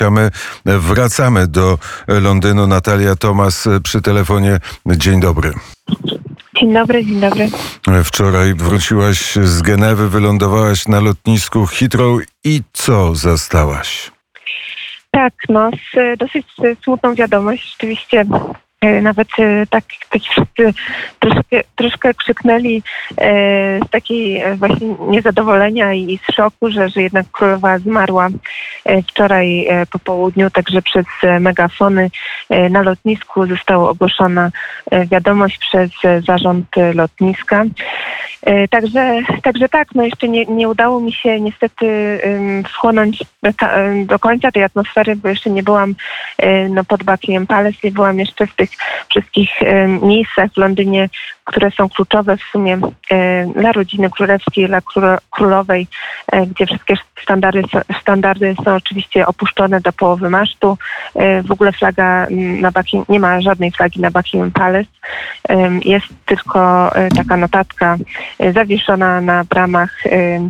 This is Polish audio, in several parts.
A my wracamy do Londynu. Natalia Tomas przy telefonie. Dzień dobry. Dzień dobry, dzień dobry. Wczoraj wróciłaś z Genewy, wylądowałaś na lotnisku Heathrow i co zastałaś? Tak, z dosyć smutną wiadomość. Rzeczywiście nawet tak wszyscy troszkę krzyknęli z takiej właśnie niezadowolenia i z szoku, że jednak królowa zmarła wczoraj po południu, także przez megafony na lotnisku została ogłoszona wiadomość przez zarząd lotniska. Także tak, jeszcze nie udało mi się niestety wchłonąć do końca tej atmosfery, bo jeszcze nie byłam pod Buckingham Palace, nie byłam jeszcze w tych wszystkich miejscach w Londynie, które są kluczowe w sumie dla rodziny królewskiej, dla królowej, gdzie wszystkie standardy są oczywiście opuszczone do połowy masztu. W ogóle flaga na Buckingham, nie ma żadnej flagi na Buckingham Palace. Jest tylko taka notatka zawieszona na bramach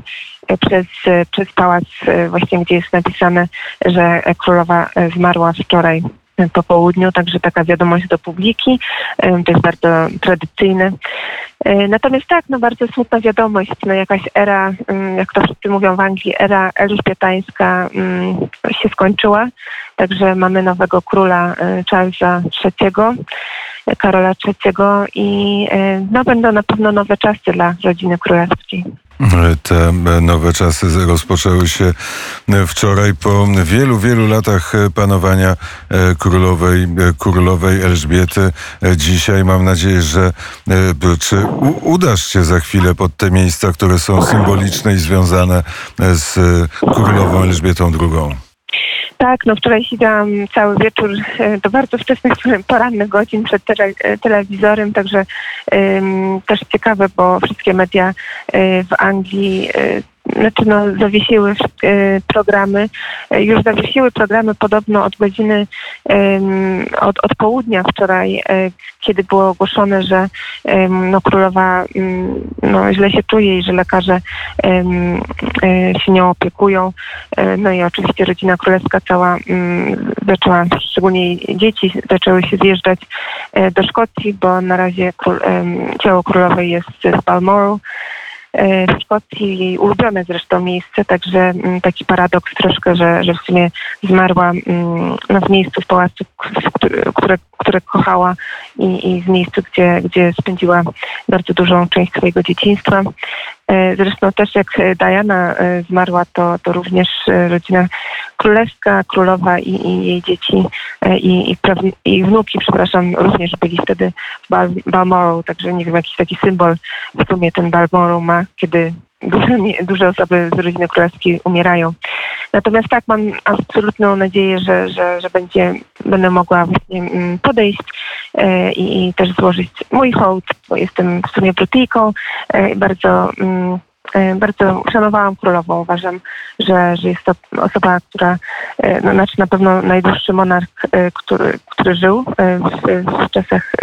przez pałac, właśnie gdzie jest napisane, że królowa zmarła wczoraj po południu, także taka wiadomość do publiki. To jest bardzo tradycyjne. Natomiast tak, bardzo smutna wiadomość. Jakaś era, jak to wszyscy mówią w Anglii, era elżbietańska się skończyła. Także mamy nowego króla Charlesa III, Karola III i będą na pewno nowe czasy dla rodziny królewskiej. Te nowe czasy rozpoczęły się wczoraj po wielu, wielu latach panowania królowej Elżbiety. Dzisiaj mam nadzieję, że udasz się za chwilę pod te miejsca, które są symboliczne i związane z królową Elżbietą II. Tak, wczoraj siedziałam cały wieczór do bardzo wczesnych porannych godzin przed telewizorem, także też ciekawe, bo wszystkie media w Anglii zawiesiły programy. Już zawiesiły programy podobno od godziny, od południa wczoraj, kiedy było ogłoszone, że królowa źle się czuje i że lekarze się nią opiekują. I oczywiście rodzina królewska cała zaczęła, szczególnie dzieci, zaczęły się zjeżdżać do Szkocji, bo na razie ciało królowej jest w Balmoral w Szkocji, jej ulubione zresztą miejsce, także taki paradoks troszkę, że w sumie zmarła w miejscu w pałacu, które kochała i w miejscu, gdzie spędziła bardzo dużą część swojego dzieciństwa. Zresztą też jak Diana zmarła, to również rodzina królewska, królowa i jej dzieci i wnuki, również byli wtedy w Balmoral, także nie wiem, jakiś taki symbol w sumie ten Balmoral ma, kiedy duże osoby z rodziny królewskiej umierają. Natomiast tak, mam absolutną nadzieję, że będę mogła właśnie podejść i też złożyć mój hołd, bo jestem w sumie brytyjką. Bardzo uszanowałam królową. Uważam, że jest to osoba, która, na pewno najdłuższy monarch, który żył w czasach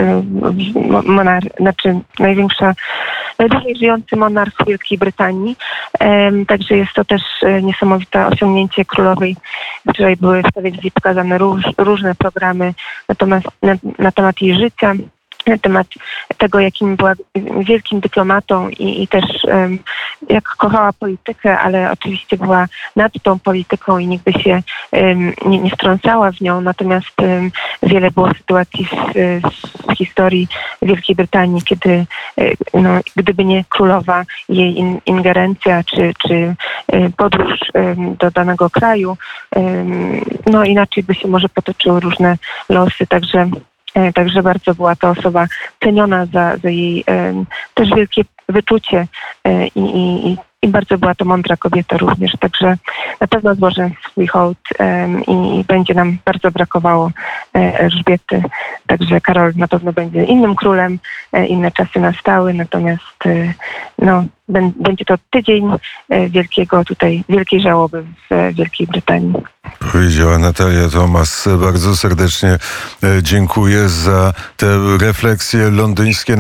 najdłużej żyjący monarch Wielkiej Brytanii. Także jest to też niesamowite osiągnięcie królowej. Wczoraj były w telewizji pokazane różne programy na temat jej życia, na temat tego, jakim była wielkim dyplomatą i też jak kochała politykę, ale oczywiście była nad tą polityką i nigdy się nie wtrącała w nią. Natomiast wiele było sytuacji w historii Wielkiej Brytanii, kiedy gdyby nie królowa, jej ingerencja czy podróż do danego kraju, inaczej by się może potoczyły różne losy. Także bardzo była to osoba ceniona za jej też wielkie wyczucie i bardzo była to mądra kobieta również. Także na pewno złożę swój hołd i będzie nam bardzo brakowało Elżbiety. Także Karol na pewno będzie innym królem, inne czasy nastały, natomiast będzie to tydzień wielkiej żałoby w Wielkiej Brytanii. Powiedziała Natalia Tomas. Bardzo serdecznie dziękuję za te refleksje londyńskie.